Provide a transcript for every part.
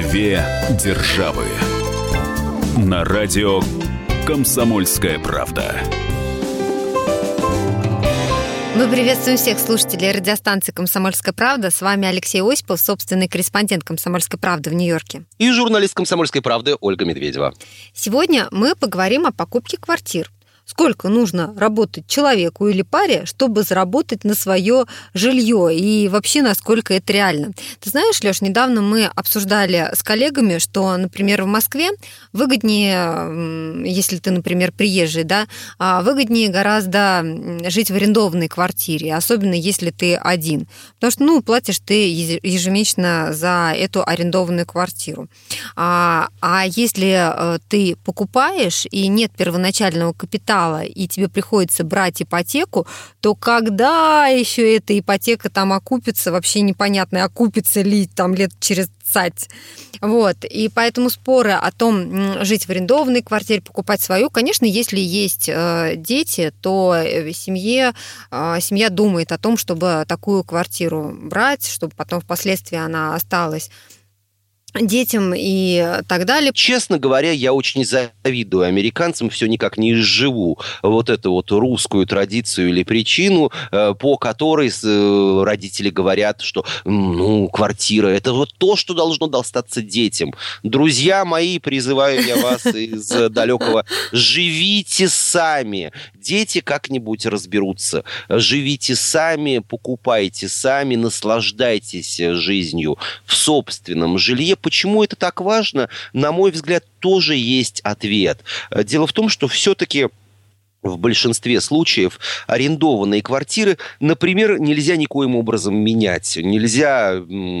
Две державы. На радио «Комсомольская правда». Мы приветствуем всех слушателей радиостанции «Комсомольская правда». С вами Алексей Осипов, собственный корреспондент «Комсомольской правды» в Нью-Йорке. И журналист «Комсомольской правды» Ольга Медведева. Сегодня мы поговорим о покупке квартир. Сколько нужно работать человеку или паре, чтобы заработать на свое жилье, и вообще, насколько это реально. Ты знаешь, Леш, недавно мы обсуждали с коллегами, что, например, в Москве выгоднее, если ты, например, приезжий, да, выгоднее гораздо жить в арендованной квартире, особенно если ты один. Потому что, платишь ты ежемесячно за эту арендованную квартиру. А если ты покупаешь и нет первоначального капитала, и тебе приходится брать ипотеку, то когда еще эта ипотека там окупится, вообще непонятно, окупится ли там лет через 20. Вот. И поэтому споры о том, жить в арендованной квартире, покупать свою, конечно, если есть дети, то семья думает о том, чтобы такую квартиру брать, чтобы потом впоследствии она осталась детям и так далее. Честно говоря, я очень завидую американцам, все никак не изживу вот эту вот русскую традицию или причину, по которой родители говорят, что квартира – это вот то, что должно достаться детям. Друзья мои, призываю я вас из далекого, живите сами. Дети как-нибудь разберутся. Живите сами, покупайте сами, наслаждайтесь жизнью в собственном жилье. Почему это так важно? На мой взгляд, тоже есть ответ. Дело в том, что все-таки в большинстве случаев арендованные квартиры, например, нельзя никоим образом менять. Нельзя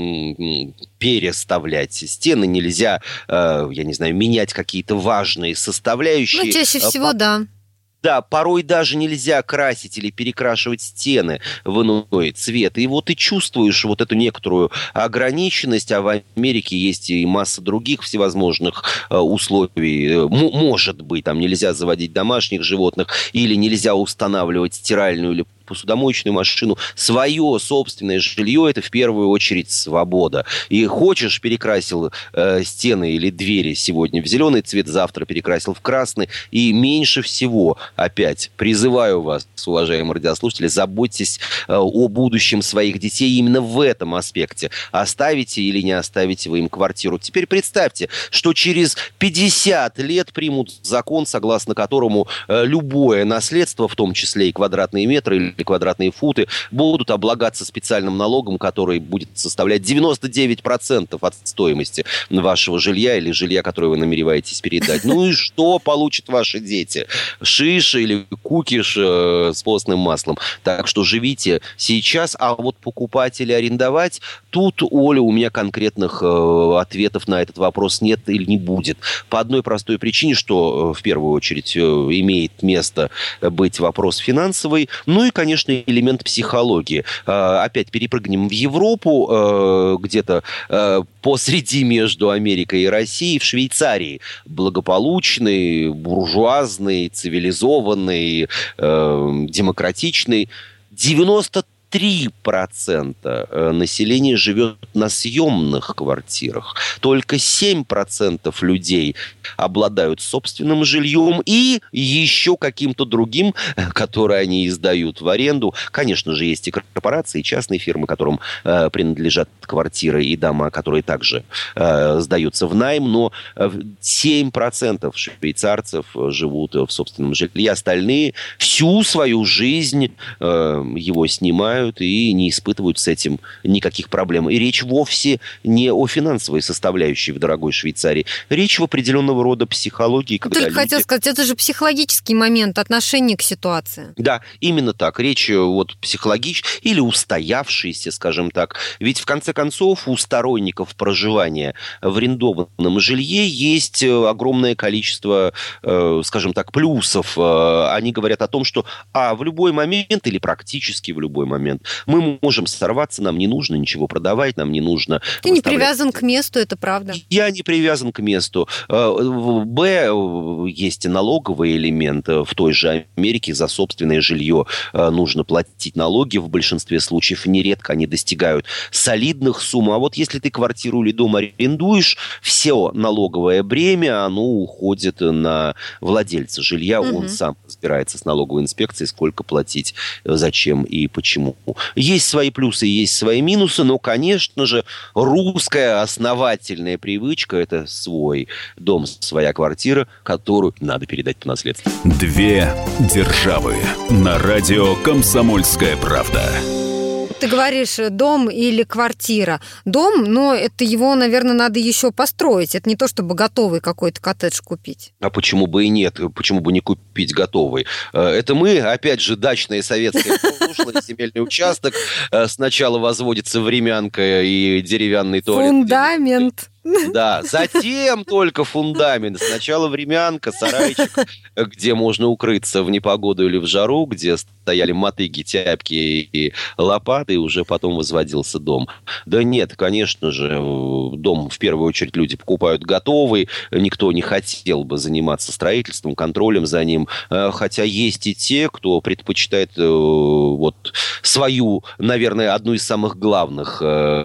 переставлять стены, нельзя, менять какие-то важные составляющие. Чаще всего, да. Да, порой даже нельзя красить или перекрашивать стены в иной цвет. И вот ты чувствуешь вот эту некоторую ограниченность, а в Америке есть и масса других всевозможных условий. Может быть, там нельзя заводить домашних животных, или нельзя устанавливать стиральную или посудомоечную машину. Свое собственное жилье – это в первую очередь свобода. И хочешь, перекрасил стены или двери сегодня в зеленый цвет, завтра перекрасил в красный. И меньше всего, опять, призываю вас, уважаемые радиослушатели, заботьтесь о будущем своих детей именно в этом аспекте. Оставите или не оставите вы им квартиру. Теперь представьте, что через 50 лет примут закон, согласно которому любое наследство, в том числе и квадратные метры или квадратные футы, будут облагаться специальным налогом, который будет составлять 99% от стоимости вашего жилья или жилья, которое вы намереваетесь передать. Ну и что получат ваши дети? Шиш или кукиш с постным маслом. Так что живите сейчас, а вот покупать или арендовать, тут, Оля, у меня конкретных ответов на этот вопрос нет или не будет. По одной простой причине, что в первую очередь имеет место быть вопрос финансовый, ну и, конечно, элемент психологии. Опять перепрыгнем в Европу, где-то посреди между Америкой и Россией, в Швейцарии. Благополучный, буржуазный, цивилизованный, демократичный. 93% населения живет на съемных квартирах. Только 7% людей обладают собственным жильем и еще каким-то другим, которое они издают в аренду. Конечно же, есть и корпорации, и частные фирмы, которым принадлежат квартиры и дома, которые также сдаются в найм, но 7% швейцарцев живут в собственном жилье. Остальные всю свою жизнь его снимают и не испытывают с этим никаких проблем. И речь вовсе не о финансовой составляющей в дорогой Швейцарии. Речь в определенного рода психологии. Только люди... хотел сказать, это же психологический момент отношения к ситуации. Да, именно так. Речь вот психологическая или устоявшаяся, скажем так. Ведь в конце концов у сторонников проживания в арендованном жилье есть огромное количество, скажем так, плюсов. Они говорят о том, что в любой момент или практически в любой момент момент. Мы можем сорваться, нам не нужно ничего продавать, нам не нужно... Ты не привязан к месту, это правда. Я не привязан к месту. Есть налоговый элемент. В той же Америке за собственное жилье нужно платить налоги. В большинстве случаев нередко они достигают солидных сумм. А вот если ты квартиру или дом арендуешь, все налоговое бремя, оно уходит на владельца жилья. Он сам разбирается с налоговой инспекцией, сколько платить, зачем и почему. Есть свои плюсы, есть свои минусы, но, конечно же, русская основательная привычка – это свой дом, своя квартира, которую надо передать по наследству. Две державы на радио «Комсомольская правда». Ты говоришь, дом или квартира. Дом, но это его, наверное, надо еще построить. Это не то, чтобы готовый какой-то коттедж купить. А почему бы и нет? Почему бы не купить готовый? Это мы, опять же, дачное советское прошлое, земельный участок. Сначала возводится времянка и деревянный туалет. Фундамент. Да, затем только фундамент. Сначала времянка, сарайчик, где можно укрыться в непогоду или в жару, где стояли мотыги, тяпки и лопаты, и уже потом возводился дом. Да нет, конечно же, дом в первую очередь люди покупают готовый. Никто не хотел бы заниматься строительством, контролем за ним. Хотя есть и те, кто предпочитает вот свою, наверное, одно из самых главных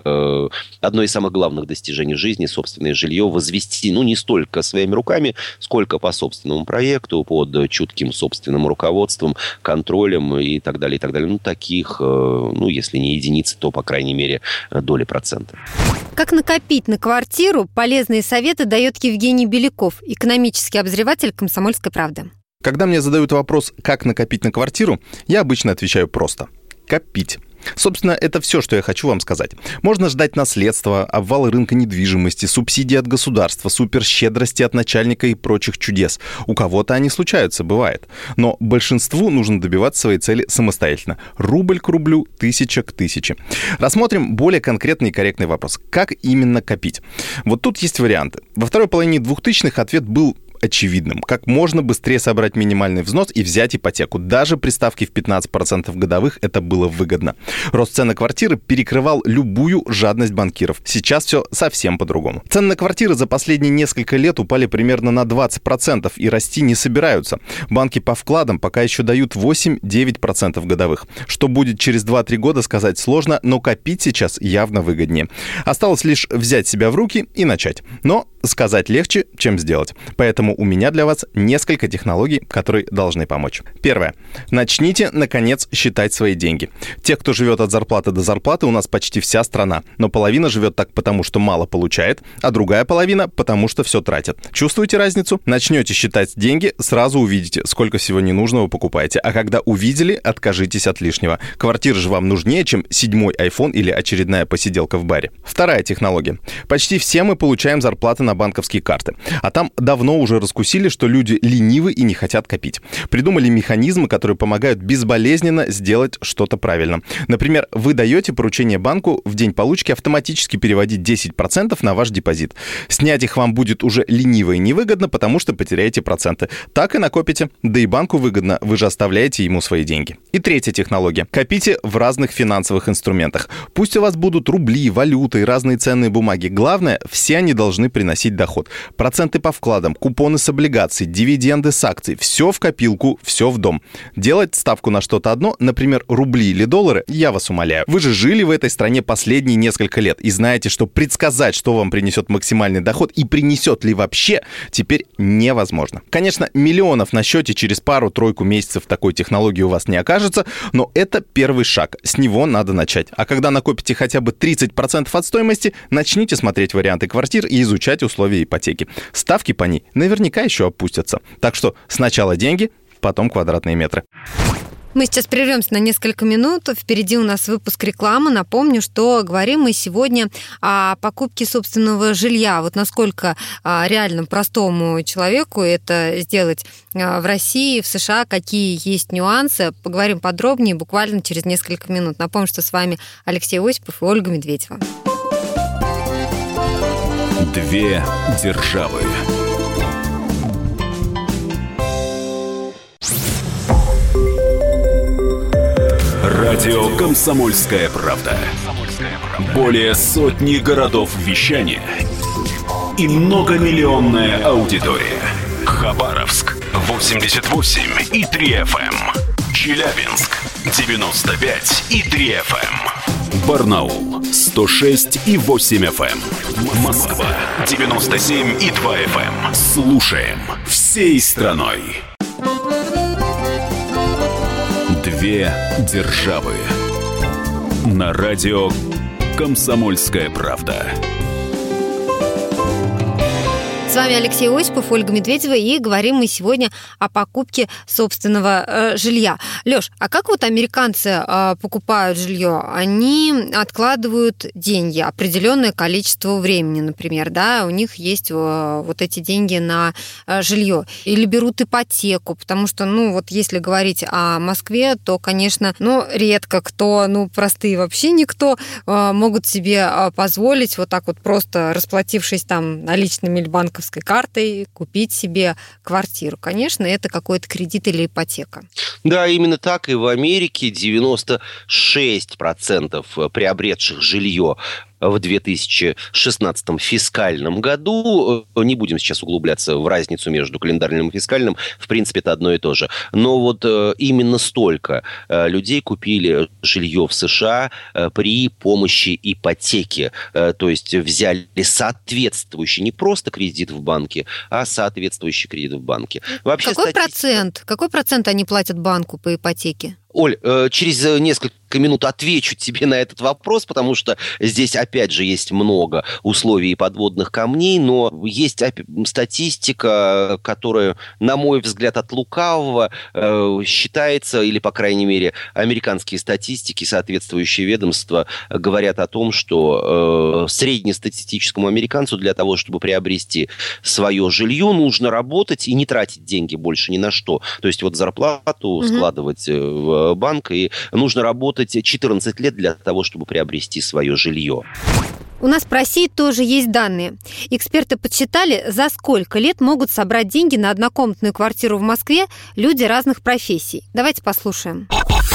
достижений жизни, собственное жилье возвести, не столько своими руками, сколько по собственному проекту, под чутким собственным руководством, контролем и так далее, и так далее. Таких, если не единицы, то, по крайней мере, доли процента. Как накопить на квартиру? Полезные советы дает Евгений Беляков, экономический обозреватель «Комсомольской правды». Когда мне задают вопрос, как накопить на квартиру, я обычно отвечаю просто – копить. Собственно, это все, что я хочу вам сказать. Можно ждать наследства, обвалы рынка недвижимости, субсидии от государства, суперщедрости от начальника и прочих чудес. У кого-то они случаются, бывает. Но большинству нужно добиваться своей цели самостоятельно. Рубль к рублю, тысяча к тысяче. Рассмотрим более конкретный и корректный вопрос. Как именно копить? Вот тут есть варианты. Во второй половине 2000-х ответ был очевидным. Как можно быстрее собрать минимальный взнос и взять ипотеку. Даже при ставке в 15% годовых это было выгодно. Рост цен на квартиры перекрывал любую жадность банкиров. Сейчас все совсем по-другому. Цены на квартиры за последние несколько лет упали примерно на 20% и расти не собираются. Банки по вкладам пока еще дают 8-9% годовых. Что будет через 2-3 года, сказать сложно, но копить сейчас явно выгоднее. Осталось лишь взять себя в руки и начать. Но сказать легче, чем сделать. Поэтому у меня для вас несколько технологий, которые должны помочь. Первое. Начните, наконец, считать свои деньги. Те, кто живет от зарплаты до зарплаты, у нас почти вся страна. Но половина живет так, потому что мало получает, а другая половина, потому что все тратит. Чувствуете разницу? Начнете считать деньги, сразу увидите, сколько всего ненужного покупаете. А когда увидели, откажитесь от лишнего. Квартира же вам нужнее, чем 7-й iPhone или очередная посиделка в баре. Вторая технология. Почти все мы получаем зарплаты на банковские карты. А там давно уже раскусили, что люди ленивы и не хотят копить. Придумали механизмы, которые помогают безболезненно сделать что-то правильно. Например, вы даете поручение банку в день получки автоматически переводить 10% на ваш депозит. Снять их вам будет уже лениво и невыгодно, потому что потеряете проценты. Так и накопите. Да и банку выгодно, вы же оставляете ему свои деньги. И третья технология. Копите в разных финансовых инструментах. Пусть у вас будут рубли, валюты и разные ценные бумаги. Главное, все они должны приносить доход. Проценты по вкладам, купоны с облигаций, дивиденды с акций. Все в копилку, все в дом. Делать ставку на что-то одно, например, рубли или доллары, я вас умоляю. Вы же жили в этой стране последние несколько лет и знаете, что предсказать, что вам принесет максимальный доход и принесет ли вообще, теперь невозможно. Конечно, миллионов на счете через пару-тройку месяцев такой технологии у вас не окажется, но это первый шаг. С него надо начать. А когда накопите хотя бы 30% от стоимости, начните смотреть варианты квартир и изучать условия ипотеки. Ставки по ней наверняка еще опустятся. Так что сначала деньги, потом квадратные метры. Мы сейчас прервемся на несколько минут. Впереди у нас выпуск рекламы. Напомню, что говорим мы сегодня о покупке собственного жилья. Вот насколько реально простому человеку это сделать в России, в США, какие есть нюансы. Поговорим подробнее буквально через несколько минут. Напомню, что с вами Алексей Осипов и Ольга Медведева. Две державы. Радио «Комсомольская правда». Более сотни городов вещания и многомиллионная аудитория. Хабаровск 88,3 FM. Челябинск 95,3 FM. Барнаул 106,8 FM. Москва 97,2 FM. Слушаем всей страной. Две державы. На радио «Комсомольская правда». С вами Алексей Осипов, Ольга Медведева, и говорим мы сегодня о покупке собственного жилья. Лёш, а как вот американцы покупают жилье? Они откладывают деньги, определенное количество времени, например, да, у них есть вот эти деньги на жилье, или берут ипотеку, потому что, вот если говорить о Москве, то, конечно, редко кто, простые вообще никто могут себе позволить вот так вот просто расплатившись там наличными или банковскими картой купить себе квартиру. Конечно, это какой-то кредит или ипотека. Да, именно так. И в Америке 96% приобретших жилье в 2016 фискальном году. Не будем сейчас углубляться в разницу между календарным и фискальным. В принципе, это одно и то же. Но вот именно столько людей купили жилье в США при помощи ипотеки. То есть взяли соответствующий, не просто кредит в банке, а соответствующий кредит в банке. Вообще, Какой процент они платят банку по ипотеке? Оль, через несколько минут отвечу тебе на этот вопрос, потому что здесь, опять же, есть много условий и подводных камней, но есть статистика, которая, на мой взгляд, от лукавого считается, или, по крайней мере, американские статистики, соответствующие ведомства говорят о том, что среднестатистическому американцу для того, чтобы приобрести свое жилье, нужно работать и не тратить деньги больше ни на что. То есть вот зарплату складывать в банк, и нужно работать 14 лет для того, чтобы приобрести свое жилье. У нас в России тоже есть данные. Эксперты подсчитали, за сколько лет могут собрать деньги на однокомнатную квартиру в Москве люди разных профессий. Давайте послушаем.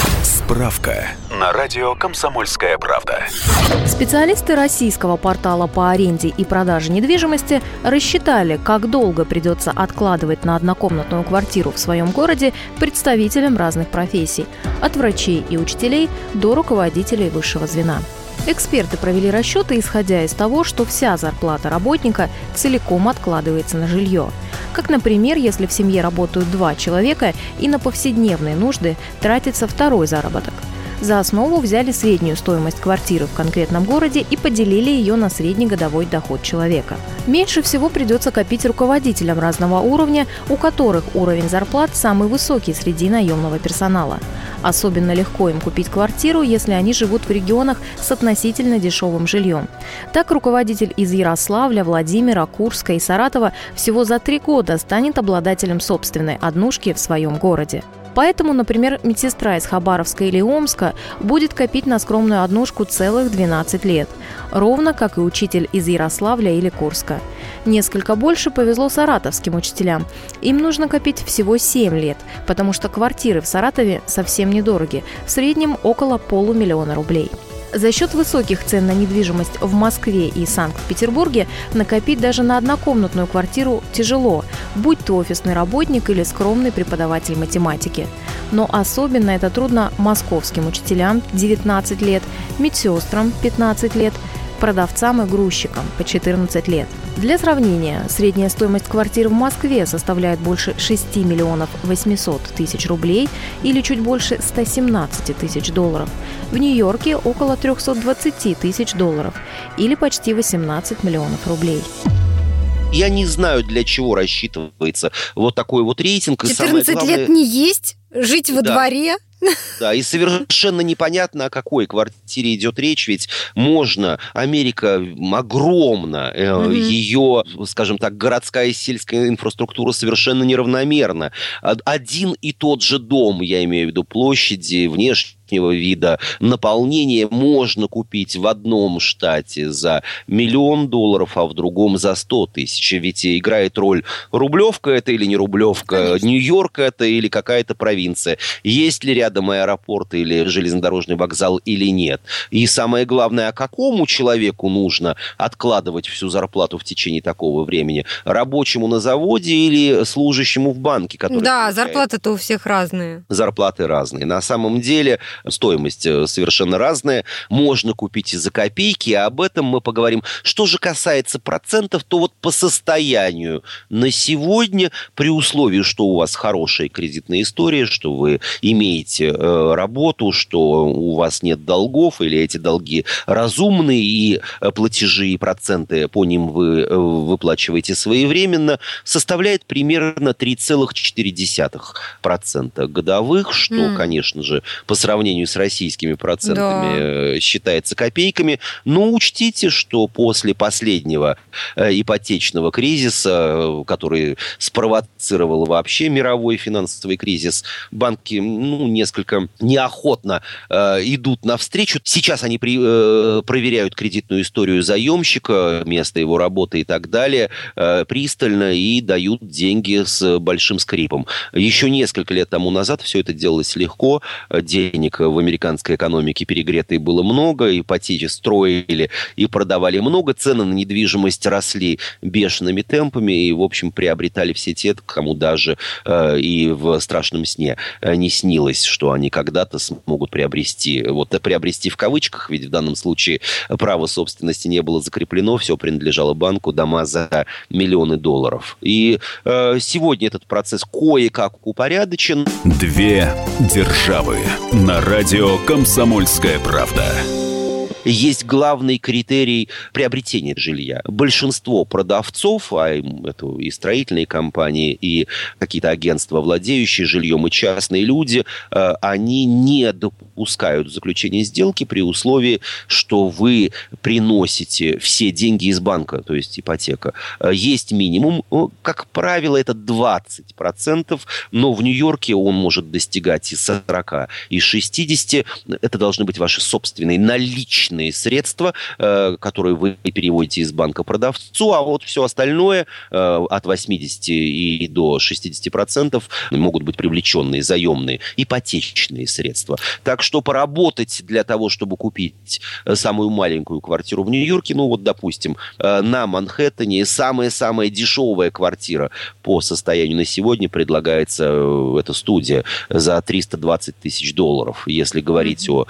Справка на радио «Комсомольская правда». Специалисты российского портала по аренде и продаже недвижимости рассчитали, как долго придется откладывать на однокомнатную квартиру в своем городе представителям разных профессий, от врачей и учителей до руководителей высшего звена. Эксперты провели расчеты, исходя из того, что вся зарплата работника целиком откладывается на жилье. Как, например, если в семье работают 2 человека и на повседневные нужды тратится второй заработок. За основу взяли среднюю стоимость квартиры в конкретном городе и поделили ее на среднегодовой доход человека. Меньше всего придется копить руководителям разного уровня, у которых уровень зарплат самый высокий среди наемного персонала. Особенно легко им купить квартиру, если они живут в регионах с относительно дешевым жильем. Так, руководитель из Ярославля, Владимира, Курска и Саратова всего за 3 года станет обладателем собственной однушки в своем городе. Поэтому, например, медсестра из Хабаровска или Омска будет копить на скромную однушку целых 12 лет, ровно как и учитель из Ярославля или Курска. Несколько больше повезло саратовским учителям. Им нужно копить всего 7 лет, потому что квартиры в Саратове совсем недороги, в среднем около 500 000 рублей. За счет высоких цен на недвижимость в Москве и Санкт-Петербурге накопить даже на однокомнатную квартиру тяжело, будь то офисный работник или скромный преподаватель математики. Но особенно это трудно московским учителям 19 лет, медсестрам 15 лет, продавцам и грузчикам по 14 лет. Для сравнения, средняя стоимость квартиры в Москве составляет больше 6 800 000 рублей или чуть больше $117 000. В Нью-Йорке около $320 000 или почти 18 миллионов рублей. Я не знаю, для чего рассчитывается вот такой вот рейтинг. 14 лет не есть? Жить во дворе? Да, и совершенно непонятно, о какой квартире идет речь, ведь Америка огромна, ее, скажем так, городская и сельская инфраструктура совершенно неравномерна. Один и тот же дом, я имею в виду площади, внешние внешнего вида наполнения можно купить в одном штате за $1 миллион, а в другом за 100 тысяч. Ведь играет роль, рублевка это или не рублевка, конечно. Нью-Йорк это или какая-то провинция, есть ли рядом аэропорт или железнодорожный вокзал или нет. И самое главное, а какому человеку нужно откладывать всю зарплату в течение такого времени? Рабочему на заводе или служащему в банке? Который да, зарплаты-то у всех разные. Зарплаты разные. На самом деле стоимость совершенно разная. Можно купить и за копейки, а об этом мы поговорим. Что же касается процентов, то вот по состоянию на сегодня, при условии, что у вас хорошая кредитная история, что вы имеете работу, что у вас нет долгов, или эти долги разумные, и платежи и проценты по ним вы выплачиваете своевременно, составляет примерно 3,4% годовых, что, конечно же, по сравнению с российскими процентами считается копейками. Но учтите, что после последнего ипотечного кризиса, который спровоцировал вообще мировой финансовый кризис, банки несколько неохотно идут навстречу. Сейчас они проверяют кредитную историю заемщика, место его работы и так далее, пристально и дают деньги с большим скрипом. Еще несколько лет тому назад все это делалось легко. Денег в американской экономике перегретой было много, ипотеки строили и продавали много, цены на недвижимость росли бешеными темпами и, в общем, приобретали все те, кому даже и в страшном сне не снилось, что они когда-то смогут приобрести. Вот приобрести в кавычках, ведь в данном случае право собственности не было закреплено, все принадлежало банку, дома за миллионы долларов. И сегодня этот процесс кое-как упорядочен. Две державы на радио «Комсомольская правда». Есть главный критерий приобретения жилья. Большинство продавцов, а это и строительные компании, и какие-то агентства, владеющие жильем, и частные люди, они не допускают заключения сделки при условии, что вы приносите все деньги из банка, то есть ипотека. Есть минимум, как правило, это 20%, но в Нью-Йорке он может достигать и 40, и 60. Это должны быть ваши собственные наличные средства, которые вы переводите из банка продавцу, а вот все остальное от 80 и до 60% могут быть привлеченные, заемные, ипотечные средства. Так что поработать для того, чтобы купить самую маленькую квартиру в Нью-Йорке, допустим, на Манхэттене самая-самая дешевая квартира по состоянию на сегодня предлагается, эта студия, за $320 тысяч. Если говорить о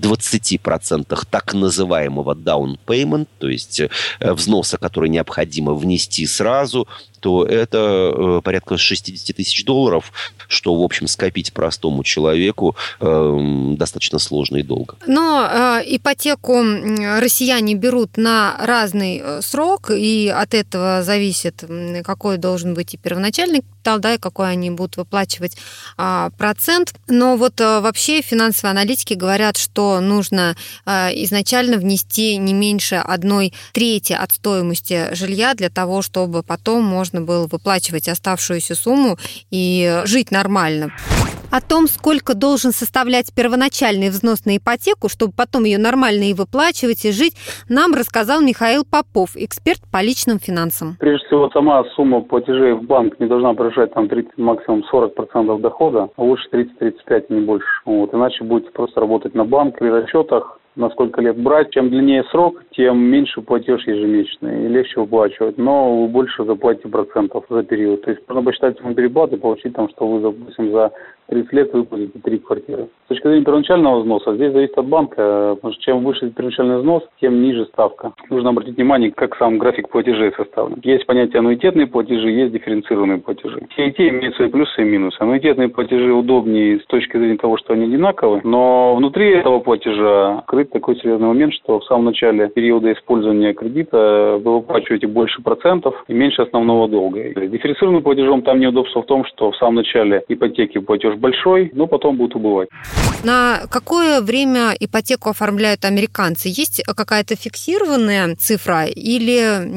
20% так называемого down payment, то есть взноса, который необходимо внести сразу, то это порядка $60 тысяч, что, в общем, скопить простому человеку достаточно сложно и долго. Но ипотеку россияне берут на разный срок, и от этого зависит, какой должен быть и первоначальный капитал, и какой они будут выплачивать процент. Но вот вообще финансовые аналитики говорят, что нужно изначально внести не меньше 1/3 от стоимости жилья для того, чтобы потом можно было выплачивать оставшуюся сумму и жить нормально. О том, сколько должен составлять первоначальный взнос на ипотеку, чтобы потом ее нормально и выплачивать, и жить, нам рассказал Михаил Попов, эксперт по личным финансам. Прежде всего, сама сумма платежей в банк не должна превышать 30, максимум 40% дохода, а лучше 30-35, не больше. Иначе будете просто работать на банк при расчетах, на сколько лет брать. Чем длиннее срок, тем меньше платеж ежемесячный и легче выплачивать, но вы больше заплатите процентов за период. То есть можно посчитать ему переплат и получить, что вы, допустим, за 30 лет выплатите 3 квартиры. С точки зрения первоначального взноса, здесь зависит от банка, потому что чем выше первоначальный взнос, тем ниже ставка. Нужно обратить внимание, как сам график платежей составлен. Есть понятие аннуитетные платежи, есть дифференцированные платежи. Те и те имеют свои плюсы и минусы. Аннуитетные платежи удобнее с точки зрения того, что они одинаковы, но внутри этого платежа крыт такой серьезный момент, что в самом начале периода использования кредита вы выплачиваете больше процентов и меньше основного долга. Дифференцированным платежом там неудобство в том, что в самом начале ипотеки платеж большой, но потом будет убывать. На какое время ипотеку оформляют американцы? Есть какая-то фиксированная цифра или нет?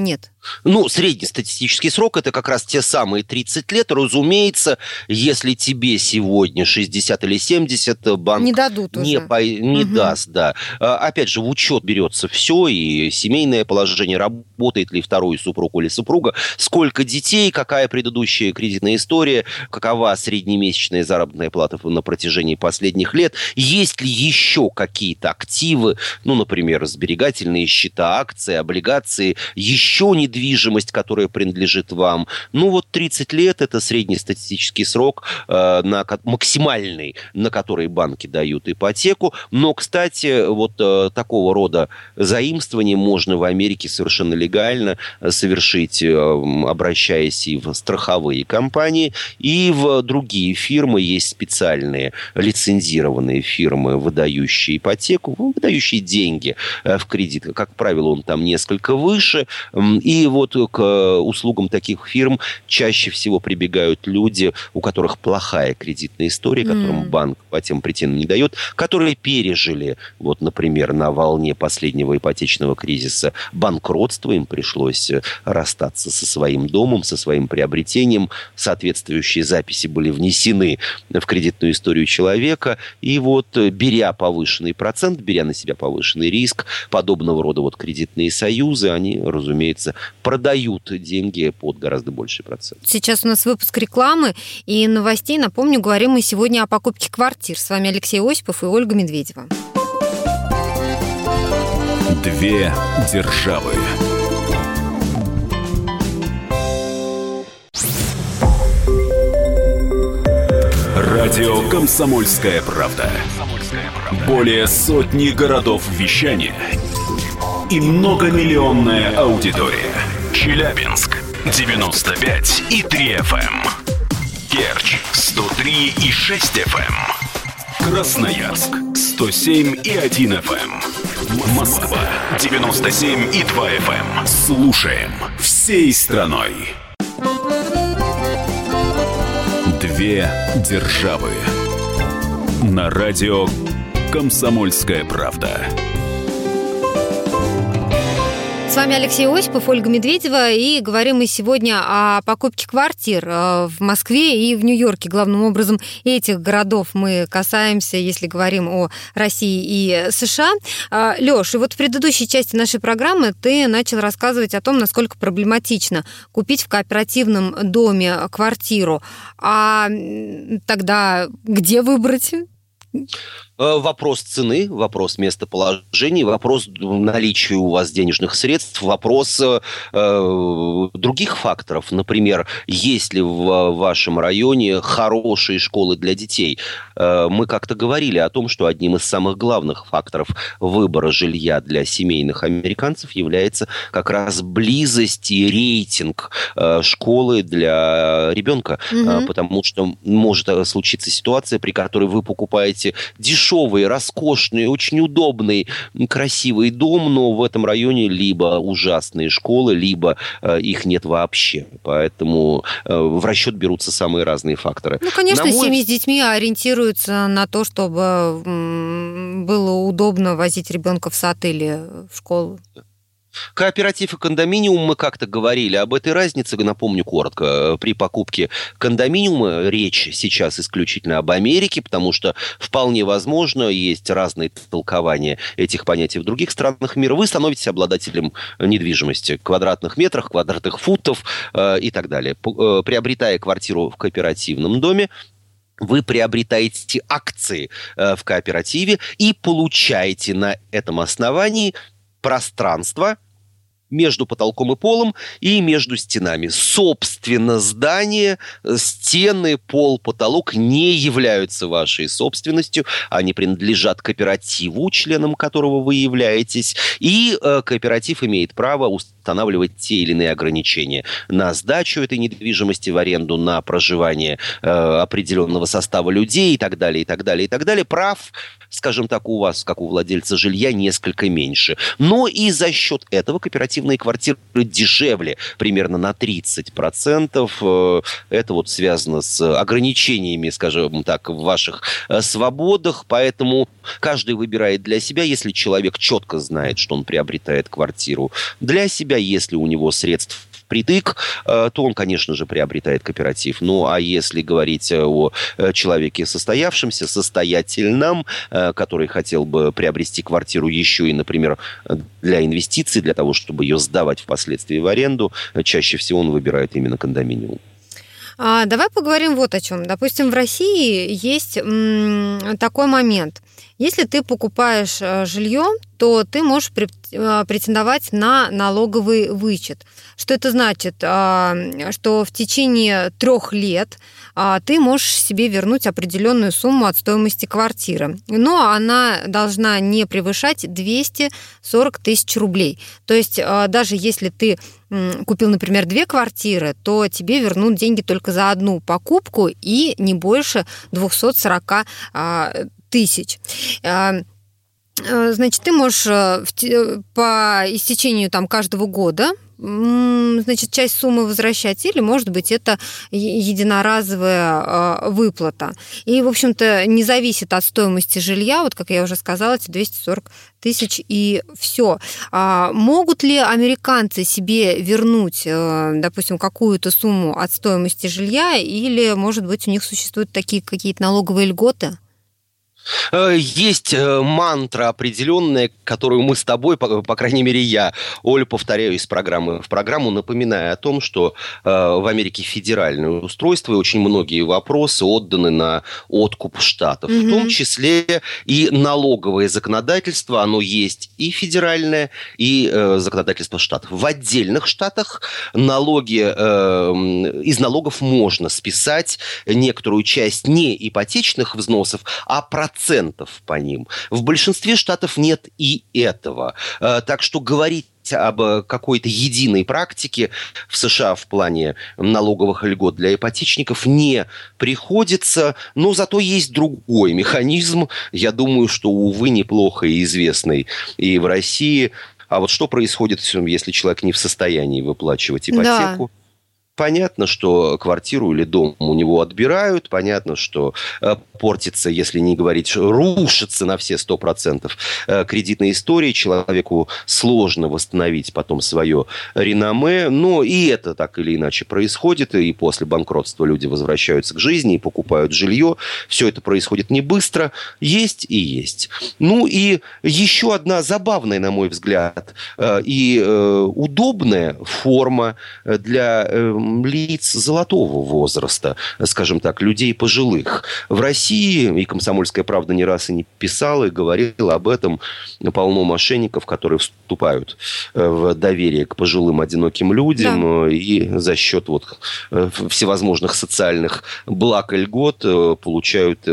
Ну, среднестатистический срок – это как раз те самые 30 лет. Разумеется, если тебе сегодня 60 или 70, банк не дадут уже. Не даст, да. Опять же, в учет берется все, и семейное положение, работает ли второй супруг или супруга, сколько детей, какая предыдущая кредитная история, какова среднемесячная заработная плата на протяжении последних лет, есть ли еще какие-то активы, ну, например, сберегательные счета, акции, облигации, еще недвижимость, которая принадлежит вам. Ну, вот 30 лет – это среднестатистический срок, максимальный, на который банки дают ипотеку. Но, кстати, вот такого рода заимствование можно в Америке совершенно легально совершить, обращаясь и в страховые компании, и в другие фирмы. Есть специальные лицензированные фирмы, выдающие ипотеку, выдающие деньги в кредит. Как правило, он там несколько выше. И вот к услугам таких фирм чаще всего прибегают люди, у которых плохая кредитная история, которым банк по тем причинам не дает, которые пережили, вот, например, на волне последнего ипотечного кризиса банкротство, им пришлось расстаться со своим домом, со своим приобретением, соответствующие записи были внесены в кредитную историю человека, и вот, беря повышенный процент, беря на себя повышенный риск, подобного рода вот кредитные союзы, они, разумеется, продают деньги под гораздо больший процент. Сейчас у нас выпуск рекламы и новостей. Напомню, говорим мы сегодня о покупке квартир. С вами Алексей Осипов и Ольга Медведева. Две державы. Радио «Комсомольская правда». Более сотни городов вещания и многомиллионная аудитория. Челябинск 95,3 FM. Керчь 103,6 FM. Красноярск 107,1 FM. Москва 97,2 FM. Слушаем всей страной. Две державы. На радио «Комсомольская правда». С вами Алексей Осипов, Ольга Медведева, и говорим мы сегодня о покупке квартир в Москве и в Нью-Йорке. Главным образом этих городов мы касаемся, если говорим о России и США. Лёш, и вот в предыдущей части нашей программы ты начал рассказывать о том, насколько проблематично купить в кооперативном доме квартиру. А тогда где выбрать? Вопрос цены, вопрос местоположения, вопрос наличия у вас денежных средств, вопрос других факторов. Например, есть ли в вашем районе хорошие школы для детей? Мы как-то говорили о том, что одним из самых главных факторов выбора жилья для семейных американцев является как раз близость и рейтинг школы для ребенка. Потому что может случиться ситуация, при которой вы покупаете дешевый, роскошный, очень удобный, красивый дом, но в этом районе либо ужасные школы, либо их нет вообще. Поэтому в расчет берутся самые разные факторы. Ну, конечно, семьи с детьми ориентируются на то, чтобы было удобно возить ребенка в сад или в школу. Кооператив и кондоминиум, мы как-то говорили об этой разнице, напомню коротко. При покупке кондоминиума речь сейчас исключительно об Америке, потому что вполне возможно, есть разные толкования этих понятий в других странах мира. Вы становитесь обладателем недвижимости, квадратных метрах, квадратных футов и так далее. Приобретая квартиру в кооперативном доме, вы приобретаете акции в кооперативе и получаете на этом основании пространство между потолком и полом и между стенами. Собственно, здание, стены, пол, потолок не являются вашей собственностью. Они принадлежат кооперативу, членом которого вы являетесь. И кооператив имеет право устанавливать те или иные ограничения на сдачу этой недвижимости в аренду, на проживание определенного состава людей и так далее, и так далее, и так далее. Прав скажем так, у вас, как у владельца жилья, несколько меньше. Но и за счет этого кооперативные квартиры дешевле, примерно на 30%. Это вот связано с ограничениями, скажем так, в ваших свободах. Поэтому каждый выбирает для себя, если человек четко знает, что он приобретает квартиру для себя, если у него средств впритык, то он, конечно же, приобретает кооператив. Ну, а если говорить о человеке состоявшемся, состоятельном, который хотел бы приобрести квартиру еще и, например, для инвестиций, для того, чтобы ее сдавать впоследствии в аренду, чаще всего он выбирает именно кондоминиум. Давай поговорим вот о чем. Допустим, в России есть такой момент. Если ты покупаешь жилье, то ты можешь претендовать на налоговый вычет. Что это значит? Что в течение 3 лет ты можешь себе вернуть определенную сумму от стоимости квартиры. Но она должна не превышать 240 тысяч рублей. То есть даже если ты купил, например, 2 квартиры, то тебе вернут деньги только за одну покупку и не больше 240 тысяч. Значит, ты можешь по истечению каждого года, значит, часть суммы возвращать, или, может быть, это единоразовая выплата. И, в общем-то, не зависит от стоимости жилья, вот, как я уже сказала, эти 240 тысяч и все. Могут ли американцы себе вернуть, допустим, какую-то сумму от стоимости жилья, или, может быть, у них существуют такие какие-то налоговые льготы? Есть мантра определенная, которую мы с тобой, по крайней мере я, Оля, повторяю из программы в программу, напоминая о том, что в Америке федеральное устройство, и очень многие вопросы отданы на откуп штатов. В том числе и налоговое законодательство, оно есть и федеральное, и законодательство штатов. В отдельных штатах из налогов можно списать некоторую часть не ипотечных взносов, а процентов по ним. В большинстве штатов нет и этого. Так что говорить об какой-то единой практике в США в плане налоговых льгот для ипотечников не приходится, но зато есть другой механизм, я думаю, что, увы, неплохо известный и в России. А вот что происходит, если человек не в состоянии выплачивать ипотеку? Да. Понятно, что квартиру или дом у него отбирают, понятно, что портится, если не говорить, рушится на все 100% кредитная история, человеку сложно восстановить потом свое реноме, но и это так или иначе происходит, и после банкротства люди возвращаются к жизни и покупают жилье, все это происходит не быстро, есть и есть. Ну и еще одна забавная, на мой взгляд, и удобная форма для лиц золотого возраста, скажем так, людей пожилых. В России, и «Комсомольская правда» не раз и не писала, и говорила об этом, полно мошенников, которые вступают в доверие к пожилым одиноким людям, да, и за счет всевозможных социальных благ и льгот получают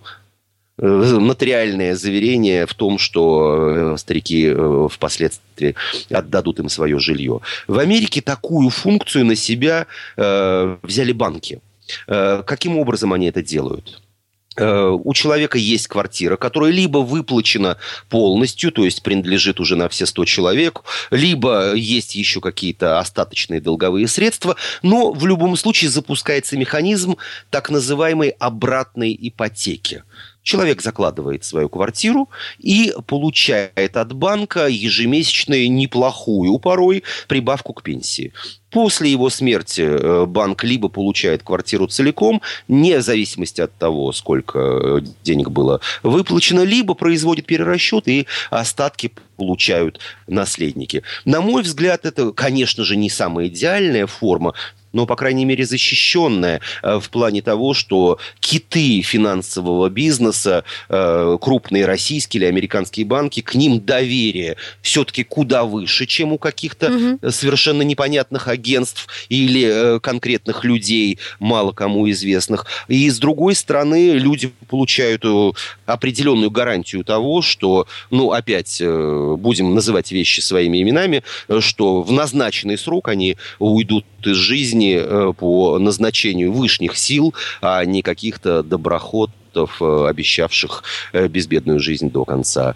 нотариальное заверение в том, что старики впоследствии отдадут им свое жилье. В Америке такую функцию на себя взяли банки. Каким образом они это делают? У человека есть квартира, которая либо выплачена полностью, то есть принадлежит уже на все 100 человек, либо есть еще какие-то остаточные долговые средства, но в любом случае запускается механизм так называемой обратной ипотеки. Человек закладывает свою квартиру и получает от банка ежемесячную неплохую порой прибавку к пенсии. После его смерти банк либо получает квартиру целиком, вне зависимости от того, сколько денег было выплачено, либо производит перерасчет, и остатки получают наследники. На мой взгляд, это, конечно же, не самая идеальная форма, но, по крайней мере, защищенная в плане того, что киты финансового бизнеса, крупные российские или американские банки, к ним доверие все-таки куда выше, чем у каких-то совершенно непонятных агентств или конкретных людей, мало кому известных. И, с другой стороны, люди получают определенную гарантию того, что, опять будем называть вещи своими именами, что в назначенный срок они уйдут из жизни по назначению высших сил, а не каких-то доброхотов патриотов, обещавших безбедную жизнь до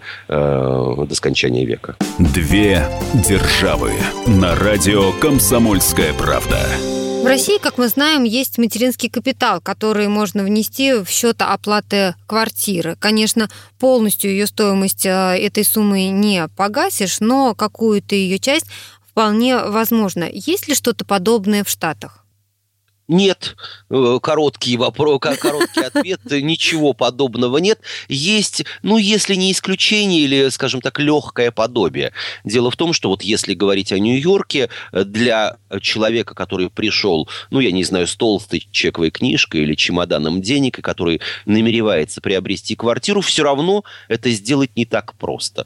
скончания века. Две державы на радио «Комсомольская правда». В России, как мы знаем, есть материнский капитал, который можно внести в счет оплаты квартиры. Конечно, полностью ее стоимость этой суммы не погасишь, но какую-то ее часть вполне возможно. Есть ли что-то подобное в Штатах? Нет, короткий ответ, ничего подобного нет. Есть, если не исключение или, скажем так, легкое подобие. Дело в том, что вот если говорить о Нью-Йорке, для человека, который пришел, я не знаю, с толстой чековой книжкой или чемоданом денег, и который намеревается приобрести квартиру, все равно это сделать не так просто.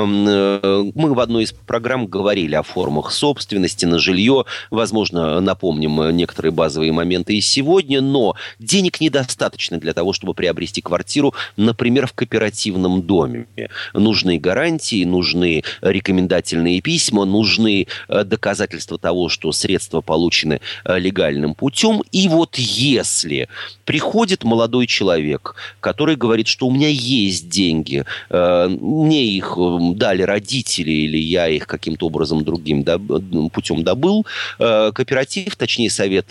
Мы в одной из программ говорили о формах собственности на жилье. Возможно, напомним некоторые базовые моменты и сегодня, но денег недостаточно для того, чтобы приобрести квартиру, например, в кооперативном доме. Нужны гарантии, нужны рекомендательные письма, нужны доказательства того, что средства получены легальным путем. И вот если приходит молодой человек, который говорит, что у меня есть деньги, мне их дали родители, или я их каким-то образом другим путем добыл, кооператив, точнее совет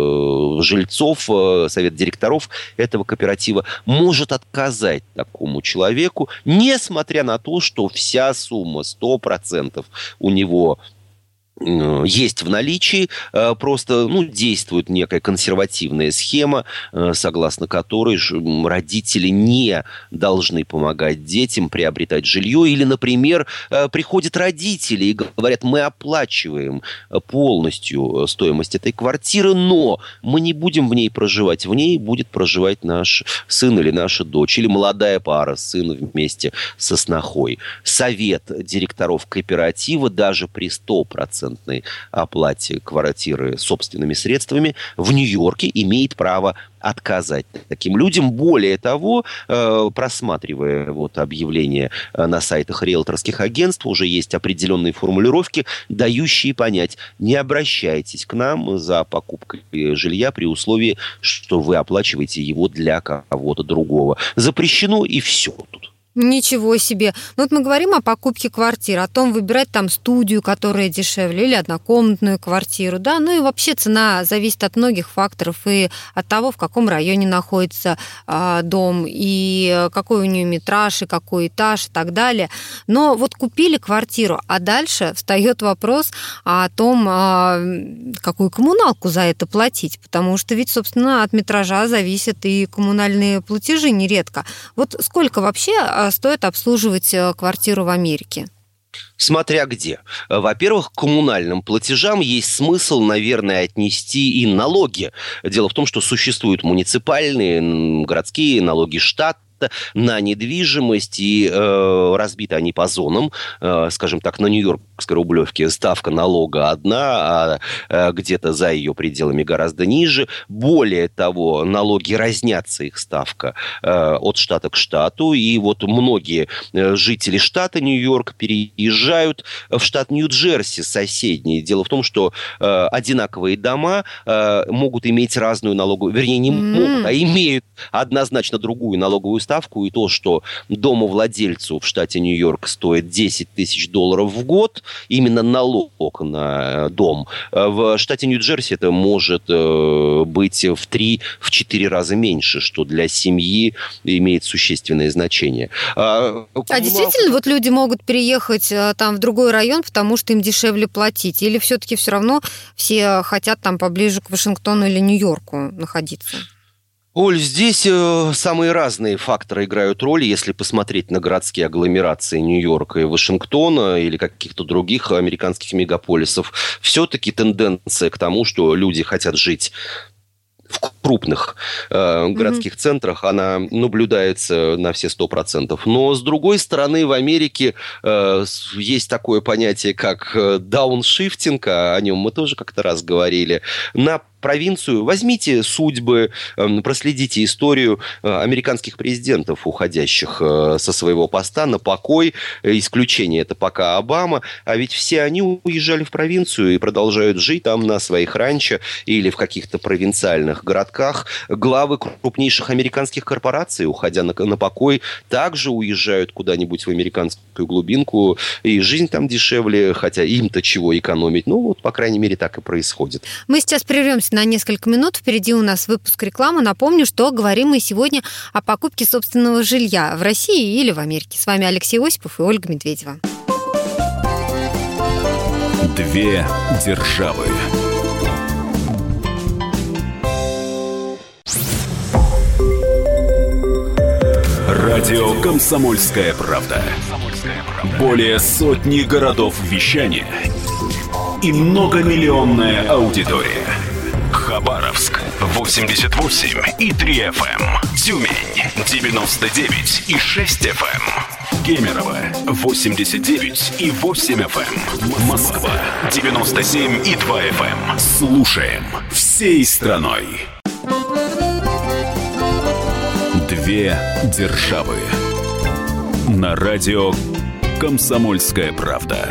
жильцов, совет директоров этого кооператива может отказать такому человеку, несмотря на то, что вся сумма 100% у него есть в наличии, просто действует некая консервативная схема, согласно которой родители не должны помогать детям приобретать жилье. Или, например, приходят родители и говорят: мы оплачиваем полностью стоимость этой квартиры, но мы не будем в ней проживать. В ней будет проживать наш сын или наша дочь, или молодая пара, сын вместе со снохой. Совет директоров кооператива даже при 100% оплате квартиры собственными средствами в Нью-Йорке имеет право отказать таким людям. Более того, просматривая объявления на сайтах риэлторских агентств, уже есть определенные формулировки, дающие понять: не обращайтесь к нам за покупкой жилья при условии, что вы оплачиваете его для кого-то другого. Запрещено, и все тут. Ничего себе. Вот мы говорим о покупке квартир, о том, выбирать там студию, которая дешевле, или однокомнатную квартиру, да, и вообще цена зависит от многих факторов, и от того, в каком районе находится дом, и какой у нее метраж, и какой этаж, и так далее. Но вот купили квартиру, а дальше встает вопрос о том, какую коммуналку за это платить, потому что ведь, собственно, от метража зависят и коммунальные платежи нередко. Вот сколько вообще стоит обслуживать квартиру в Америке? Смотря где. Во-первых, к коммунальным платежам есть смысл, наверное, отнести и налоги. Дело в том, что существуют муниципальные, городские налоги штата на недвижимость, и разбиты они по зонам. Скажем так, на Нью-Йоркской Рублевке ставка налога одна, а где-то за ее пределами гораздо ниже. Более того, налоги разнятся, их ставка, от штата к штату. И многие жители штата Нью-Йорк переезжают в штат Нью-Джерси, соседний. Дело в том, что одинаковые дома могут иметь разную налоговую... Вернее, не могут, а имеют однозначно другую налоговую ставку, и то, что домовладельцу в штате Нью-Йорк стоит $10 тысяч в год, именно налог на дом, в штате Нью-Джерси это может быть в 3-4 раза меньше, что для семьи имеет существенное значение. А действительно, люди могут переехать там в другой район, потому что им дешевле платить? Или все-таки все равно все хотят там поближе к Вашингтону или Нью-Йорку находиться? Оль, здесь самые разные факторы играют роль. Если посмотреть на городские агломерации Нью-Йорка и Вашингтона или каких-то других американских мегаполисов, все-таки тенденция к тому, что люди хотят жить в крупных городских центрах, она наблюдается на все 100%. Но, с другой стороны, в Америке есть такое понятие, как дауншифтинг, о нем мы тоже как-то раз говорили. На провинцию, возьмите судьбы, проследите историю американских президентов, уходящих со своего поста на покой. Исключение это пока Обама. А ведь все они уезжали в провинцию и продолжают жить там на своих ранчо или в каких-то провинциальных городках. Главы крупнейших американских корпораций, уходя на покой, также уезжают куда-нибудь в американскую глубинку. И жизнь там дешевле, хотя им-то чего экономить. Ну, вот, по крайней мере, так и происходит. Мы сейчас прервемся на несколько минут. Впереди у нас выпуск рекламы. Напомню, что говорим мы сегодня о покупке собственного жилья в России или в Америке. С вами Алексей Осипов и Ольга Медведева. Две державы. Радио «Комсомольская правда». Более сотни городов вещания и многомиллионная аудитория. Хабаровск 88,3 FM, Тюмень 99,6 FM, Кемерово 89,8 FM, Москва 97,2 FM. Слушаем всей страной. Две державы. На радио «Комсомольская правда».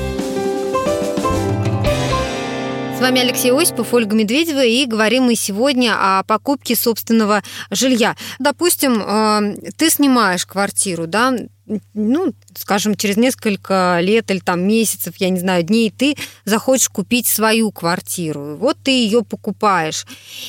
С вами Алексей Осипов, Ольга Медведева, и говорим мы сегодня о покупке собственного жилья. Допустим, ты снимаешь квартиру, да, ну, скажем, через несколько лет или там месяцев, я не знаю, дней, ты захочешь купить свою квартиру. Вот ты ее покупаешь.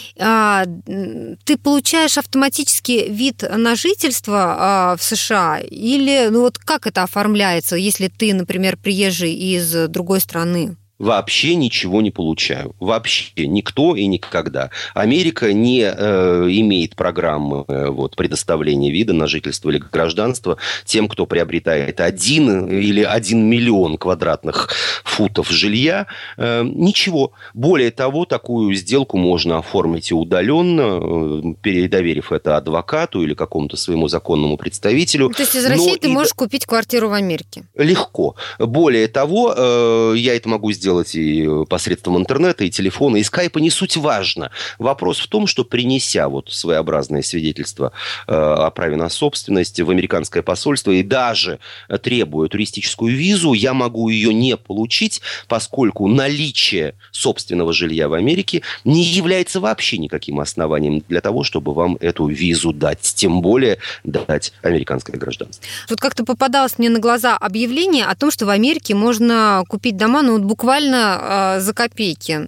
Ты получаешь автоматически вид на жительство в США? Или, ну вот как это оформляется, если ты, например, приезжий из другой страны? Вообще ничего не получаю. Вообще никто и никогда. Америка не имеет программы предоставления вида на жительство или гражданство тем, кто приобретает 1 или 1 миллион квадратных футов жилья. Ничего. Более того, такую сделку можно оформить и удаленно, передоверив это адвокату или какому-то своему законному представителю. То есть из России ты можешь купить квартиру в Америке? Легко. Более того, я это могу сделать и посредством интернета, и телефона, и скайпа, не суть важно. Вопрос в том, что принеся своеобразное свидетельство о праве на собственность в американское посольство и даже требуя туристическую визу, я могу ее не получить, поскольку наличие собственного жилья в Америке не является вообще никаким основанием для того, чтобы вам эту визу дать, тем более дать американское гражданство. Вот как-то попадалось мне на глаза объявление о том, что в Америке можно купить дома, ну вот буквально за копейки.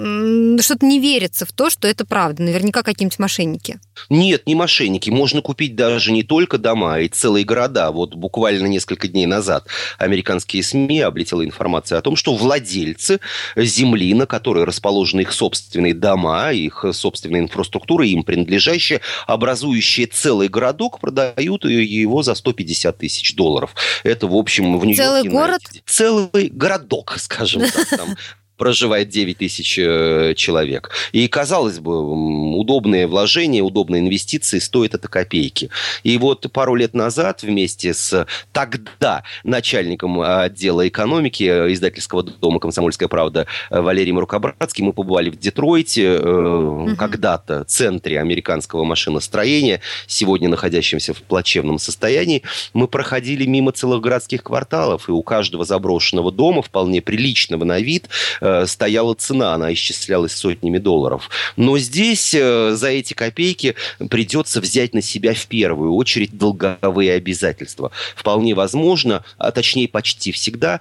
Что-то не верится в то, что это правда. Наверняка какие-нибудь мошенники. Нет, не мошенники. Можно купить даже не только дома, а и целые города. Вот буквально несколько дней назад американские СМИ облетела информация о том, что владельцы земли, на которой расположены их собственные дома, их собственная инфраструктура, им принадлежащая, образующие целый городок, продают его за $150 тысяч. Это, в общем, в Нью-Йорке... Целый город? Целый городок, скажем так. Там проживает 9 тысяч человек. И, казалось бы, удобные вложения, удобные инвестиции стоят это копейки. И вот пару лет назад вместе с тогда начальником отдела экономики издательского дома «Комсомольская правда» Валерием Рукобратским мы побывали в Детройте, когда-то центре американского машиностроения, сегодня находящемся в плачевном состоянии. Мы проходили мимо целых городских кварталов, и у каждого заброшенного дома, вполне приличного на вид, стояла цена, она исчислялась сотнями долларов. Но здесь за эти копейки придется взять на себя в первую очередь долговые обязательства. Вполне возможно, а точнее почти всегда,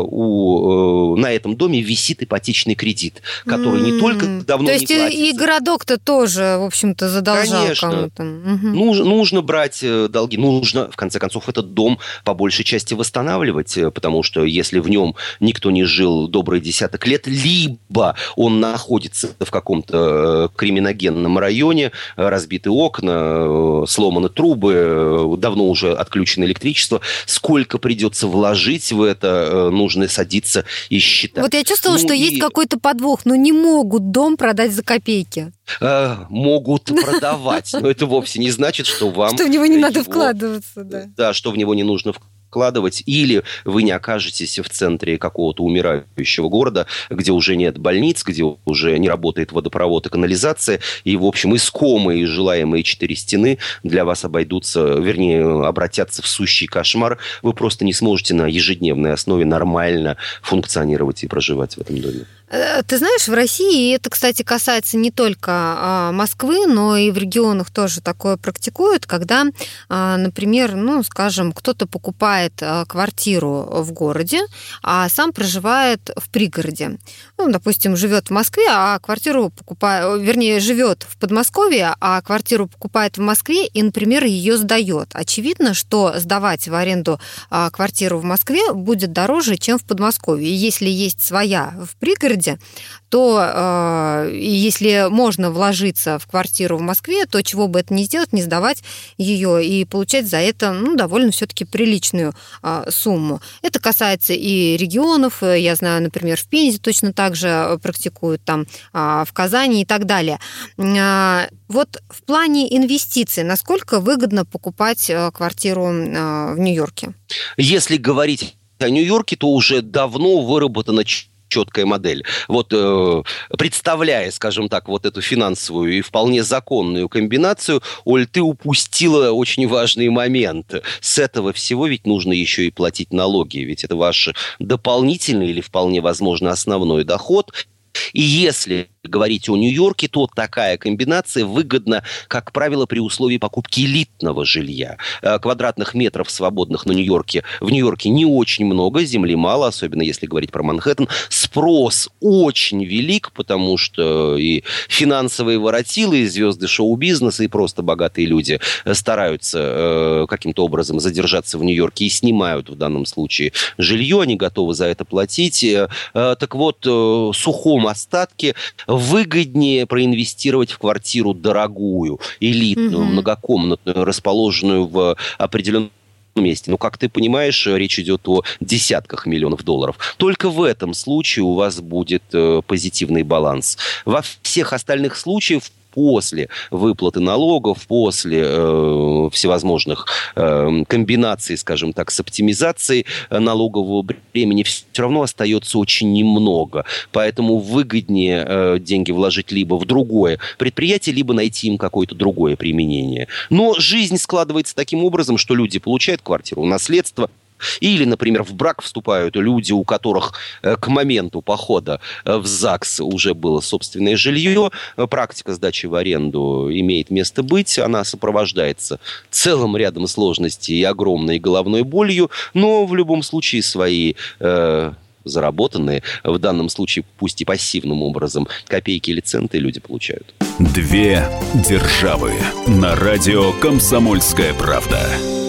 на этом доме висит ипотечный кредит, который не только давно не платится. То есть и городок-то тоже, в общем-то, задолжал кому-то. Конечно. Нужно брать долги, нужно, в конце концов, этот дом по большей части восстанавливать, потому что если в нем никто не жил добрый десяток лет, либо он находится в каком-то криминогенном районе, разбиты окна, сломаны трубы, давно уже отключено электричество. Сколько придется вложить в это, нужно садиться и считать. Вот я чувствовала, что есть какой-то подвох, но не могут дом продать за копейки. Могут продавать, но это вовсе не значит, что вам... Что в него не надо вкладываться, да. Да, что в него не нужно откладывать, или вы не окажетесь в центре какого-то умирающего города, где уже нет больниц, где уже не работает водопровод и канализация, и, в общем, искомые и желаемые 4 стены для вас обойдутся, вернее, обратятся в сущий кошмар. Вы просто не сможете на ежедневной основе нормально функционировать и проживать в этом доме. Ты знаешь, в России, и это, кстати, касается не только Москвы, но и в регионах тоже такое практикуют, когда, например, скажем, кто-то покупает квартиру в городе, а сам проживает в пригороде. Допустим, живет в Москве, а квартиру покупает, вернее, живет в Подмосковье, а квартиру покупает в Москве и, например, ее сдает. Очевидно, что сдавать в аренду квартиру в Москве будет дороже, чем в Подмосковье. И если есть своя в пригороде, то если можно вложиться в квартиру в Москве, то чего бы это ни сделать, не сдавать ее и получать за это довольно все-таки приличную сумму. Это касается и регионов. Я знаю, например, в Пензе точно так же практикуют, там, в Казани и так далее. Вот в плане инвестиций, насколько выгодно покупать квартиру в Нью-Йорке? Если говорить о Нью-Йорке, то уже давно выработана четкая модель. Вот представляя, скажем так, вот эту финансовую и вполне законную комбинацию, Оль, ты упустила очень важный момент. С этого всего ведь нужно еще и платить налоги, ведь это ваш дополнительный или вполне возможно основной доход. И если говорить о Нью-Йорке, то такая комбинация выгодна, как правило, при условии покупки элитного жилья. Квадратных метров свободных в Нью-Йорке не очень много, земли мало, особенно если говорить про Манхэттен. Спрос очень велик, потому что и финансовые воротилы, и звезды шоу-бизнеса, и просто богатые люди стараются каким-то образом задержаться в Нью-Йорке и снимают в данном случае жилье, они готовы за это платить. Так вот, в сухом остатке выгоднее проинвестировать в квартиру дорогую, элитную, многокомнатную, расположенную в определенном месте. Как ты понимаешь, речь идет о десятках миллионов долларов. Только в этом случае у вас будет позитивный баланс. Во всех остальных случаях после выплаты налогов, после всевозможных комбинаций, скажем так, с оптимизацией налогового бремени все равно остается очень немного. Поэтому выгоднее деньги вложить либо в другое предприятие, либо найти им какое-то другое применение. Но жизнь складывается таким образом, что люди получают квартиру, наследство. Или, например, в брак вступают люди, у которых к моменту похода в ЗАГС уже было собственное жилье. Практика сдачи в аренду имеет место быть. Она сопровождается целым рядом сложностей и огромной головной болью. Но в любом случае свои заработанные, в данном случае пусть и пассивным образом, копейки или центы люди получают. Две державы на радио «Комсомольская правда».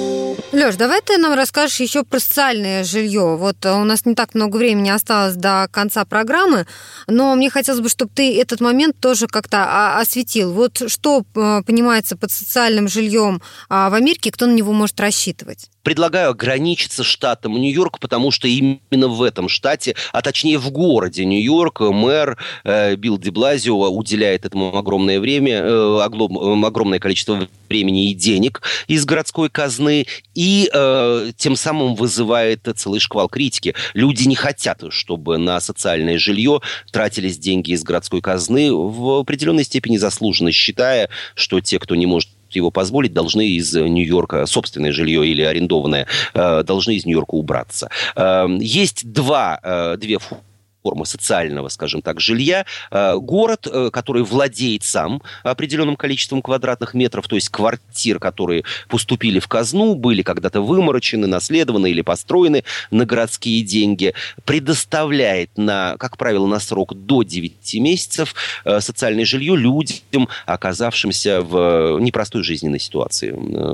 Лёш, давай ты нам расскажешь еще про социальное жилье. Вот у нас не так много времени осталось до конца программы, но мне хотелось бы, чтобы ты этот момент тоже как-то осветил. Вот что понимается под социальным жильем в Америке, кто на него может рассчитывать? Предлагаю ограничиться штатом Нью-Йорк, потому что именно в этом штате, а точнее в городе Нью-Йорк, мэр Билл де Блазио уделяет этому огромное время, огромное количество времени и денег из городской казны, и тем самым вызывает целый шквал критики. Люди не хотят, чтобы на социальное жилье тратились деньги из городской казны, в определенной степени заслуженно считая, что те, кто не может его позволить, должны из Нью-Йорка, собственное жилье или арендованное, должны из Нью-Йорка убраться. Есть две формы социального, скажем так, жилья. Город, который владеет сам определенным количеством квадратных метров, то есть квартир, которые поступили в казну, были когда-то выморочены, наследованы или построены на городские деньги, предоставляет, как правило, на срок до 9 месяцев социальное жилье людям, оказавшимся в непростой жизненной ситуации.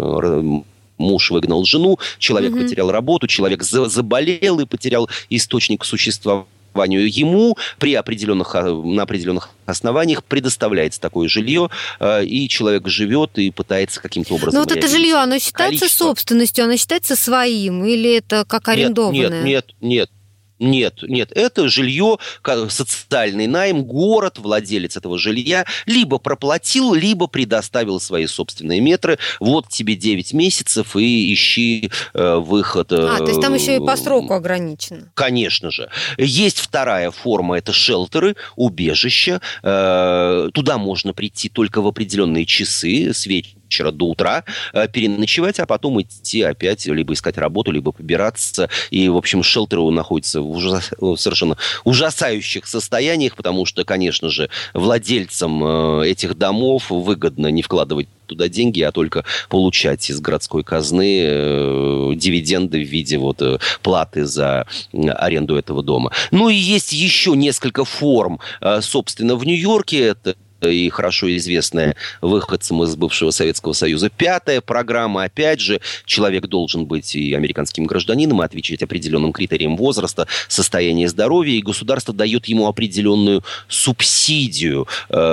Муж выгнал жену, человек потерял работу, человек заболел и потерял источник существования. Ему на определенных основаниях предоставляется такое жилье, и человек живет и пытается каким-то образом... Но вот это жилье, оно считается собственностью, оно считается своим, или это как арендованное? Нет, это жилье, социальный найм, город, владелец этого жилья либо проплатил, либо предоставил свои собственные метры. Вот тебе 9 месяцев и ищи выход. То есть там еще и по сроку ограничено. Конечно же. Есть вторая форма, это шелтеры, убежища. Туда можно прийти только в определенные часы, с вечера до утра, переночевать, а потом идти опять, либо искать работу, либо побираться. И, в общем, шелтеры находятся в совершенно ужасающих состояниях, потому что, конечно же, владельцам этих домов выгодно не вкладывать туда деньги, а только получать из городской казны дивиденды в виде платы за аренду этого дома. Ну и есть еще несколько форм, собственно, в Нью-Йорке. Это и хорошо известная выходцам из бывшего Советского Союза 5-я программа. Опять же, человек должен быть и американским гражданином, и отвечать определенным критериям возраста, состояния здоровья, и государство дает ему определенную субсидию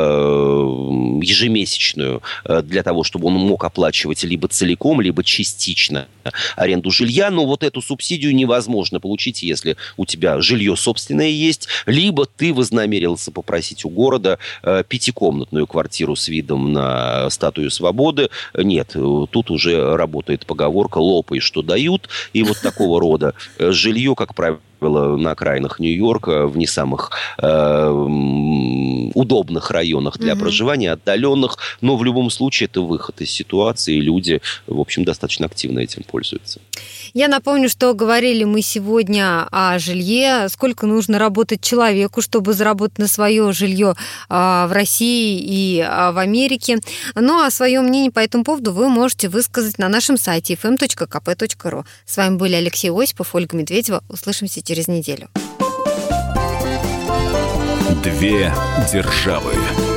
ежемесячную для того, чтобы он мог оплачивать либо целиком, либо частично аренду жилья. Но вот эту субсидию невозможно получить, если у тебя жилье собственное есть, либо ты вознамерился попросить у города пятикомнатную квартиру с видом на Статую Свободы. Нет, тут уже работает поговорка «лопай, что дают». И вот такого рода жилье, как правило, на окраинах Нью-Йорка, в не самых удобных районах для проживания, отдаленных, но в любом случае это выход из ситуации, и люди, в общем, достаточно активно этим пользуются. Я напомню, что говорили мы сегодня о жилье, сколько нужно работать человеку, чтобы заработать на свое жилье в России и в Америке. Ну, а свое мнение по этому поводу вы можете высказать на нашем сайте fm.kp.ru. С вами были Алексей Осипов, Ольга Медведева. Услышимся через неделю. Две державы.